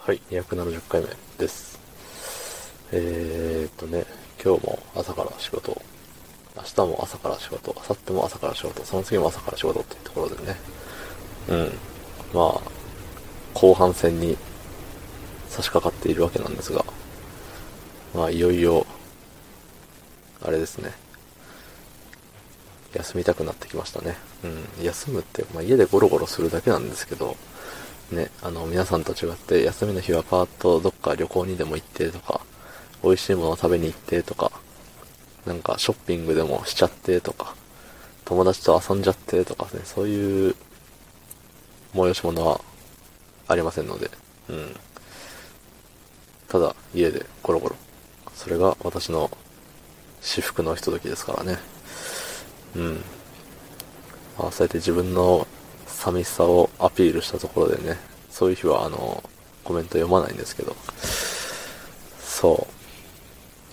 はい、270回目です。今日も朝から仕事、明日も朝から仕事、明後日も朝から仕事、その次も朝から仕事っていうところでね、うん、まあ、後半戦に差し掛かっているわけなんですが、まあ、いよいよ、あれですね、休みたくなってきましたね。休むって、まあ、家でゴロゴロするだけなんですけど、ね、皆さんと違って休みの日はパーッとどっか旅行にでも行ってとか、美味しいものを食べに行ってとか、なんかショッピングでもしちゃってとか、友達と遊んじゃってとかね、そういう催し物はありませんので、うん。ただ家でゴロゴロ。それが私の至福のひとときですからね。うん。まあ、そうやって自分の寂しさをアピールしたところでね、そういう日はコメント読まないんですけど、そう。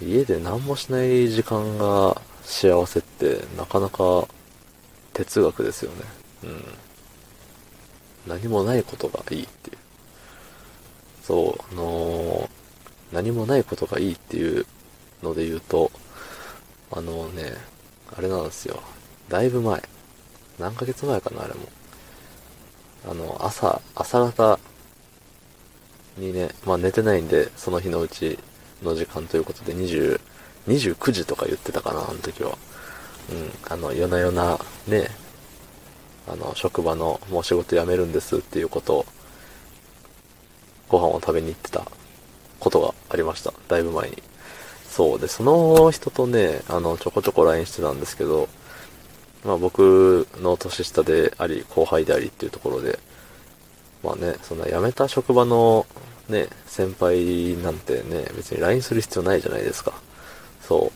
家で何もしない時間が幸せってなかなか哲学ですよね。うん。何もないことがいいっていう。そう、何もないことがいいっていうので言うと、あのね、あれなんですよ。だいぶ前。何ヶ月前かな、あれも。朝方にね、まあ寝てないんで、その日のうちの時間ということで29時とか言ってたかな、あの時は。夜な夜な、ね、職場のもう仕事辞めるんですっていうことを、ご飯を食べに行ってたことがありました。だいぶ前に。そう。で、その人とね、ちょこちょこ LINE してたんですけど、まあ僕の年下であり、後輩でありっていうところで、まあね、そんな辞めた職場のね、先輩なんてね、別に LINE する必要ないじゃないですか。そう。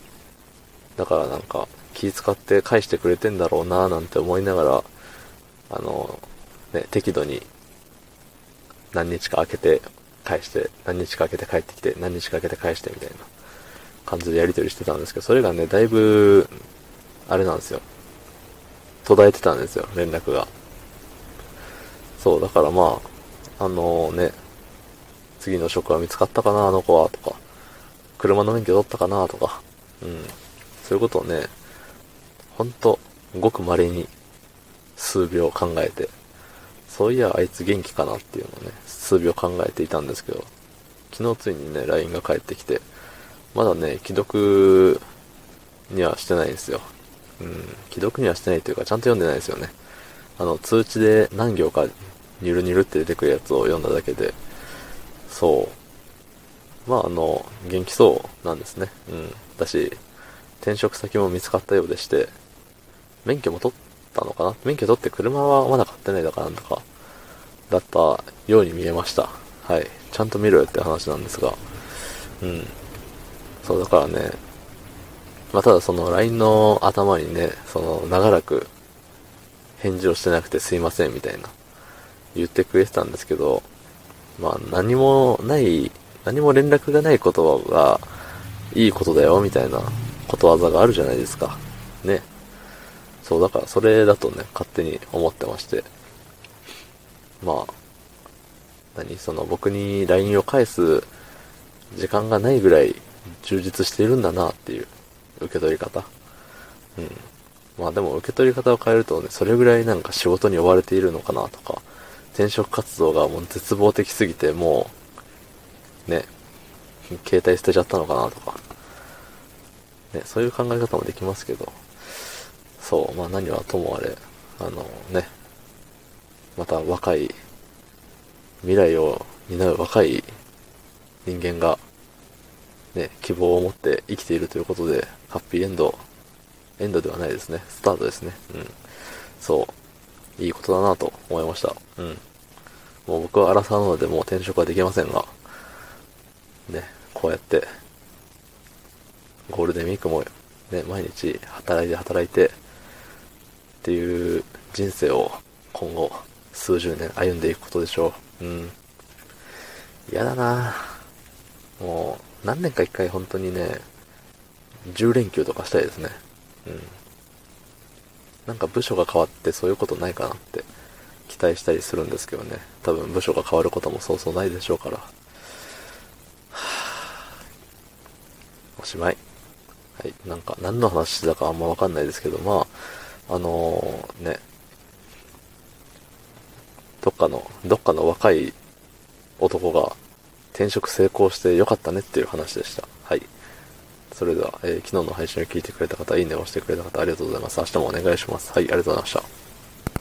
だからなんか、気遣って返してくれてんだろうなーなんて思いながら、適度に何日か空けて返して、何日か空けて帰ってきて、何日か空けて返してみたいな感じでやり取りしてたんですけど、それがね、だいぶ、あれなんですよ。途絶えてたんですよ、連絡が。そう、だからまあ、次の職は見つかったかな、あの子は、とか、車の免許取ったかな、とか、うん。そういうことをね、ほんと、ごく稀に数秒考えて、そういやあいつ元気かなっていうのをね、数秒考えていたんですけど、昨日ついにね、LINE が返ってきて、まだね、既読にはしてないんですよ。既読にはしてないというか、ちゃんと読んでないですよね。通知で何行かニュルニュルって出てくるやつを読んだだけで、そう。まあ、元気そうなんですね。だし、転職先も見つかったようでして、免許も取ったのかな、免許取って車はまだ買ってないだかなんとか、だったように見えました。はい。ちゃんと見ろよって話なんですが、うん。そうだからね、まあ、ただその LINE の頭にね、長らく返事をしてなくてすいませんみたいな言ってくれてたんですけど、まあ何も連絡がないことがいいことだよみたいなことわざがあるじゃないですか。ね。そうだからそれだとね、勝手に思ってまして。まあ、僕に LINE を返す時間がないぐらい充実しているんだなっていう受け取り方。うん。まあでも受け取り方を変えるとね、それぐらいなんか仕事に追われているのかなとか、転職活動がもう絶望的すぎてもう、ね、携帯捨てちゃったのかなとか、ね、そういう考え方もできますけど、そう、まあ何はともあれ、ね、また未来を担う若い人間が、ね、希望を持って生きているということで、ハッピーエンドではないですね。スタートですね。そう。いいことだなと思いました。もう僕は荒さなのでもう転職はできませんが、ね、こうやって、ゴールデンウィークも、ね、毎日働いてっていう人生を今後数十年歩んでいくことでしょう。嫌だなもう、何年か一回本当にね、10連休とかしたいですね。うん。なんか部署が変わってそういうことないかなって期待したりするんですけどね。多分部署が変わることもそうそうないでしょうから。 しまい。はい。なんか、何の話してたかあんまわかんないですけど、まあ、ね、どっかの若い男が転職成功してよかったねっていう話でした。はい。それでは、昨日の配信を聞いてくれた方、いいねを押してくれた方、ありがとうございます。明日もお願いします。はい、ありがとうございました。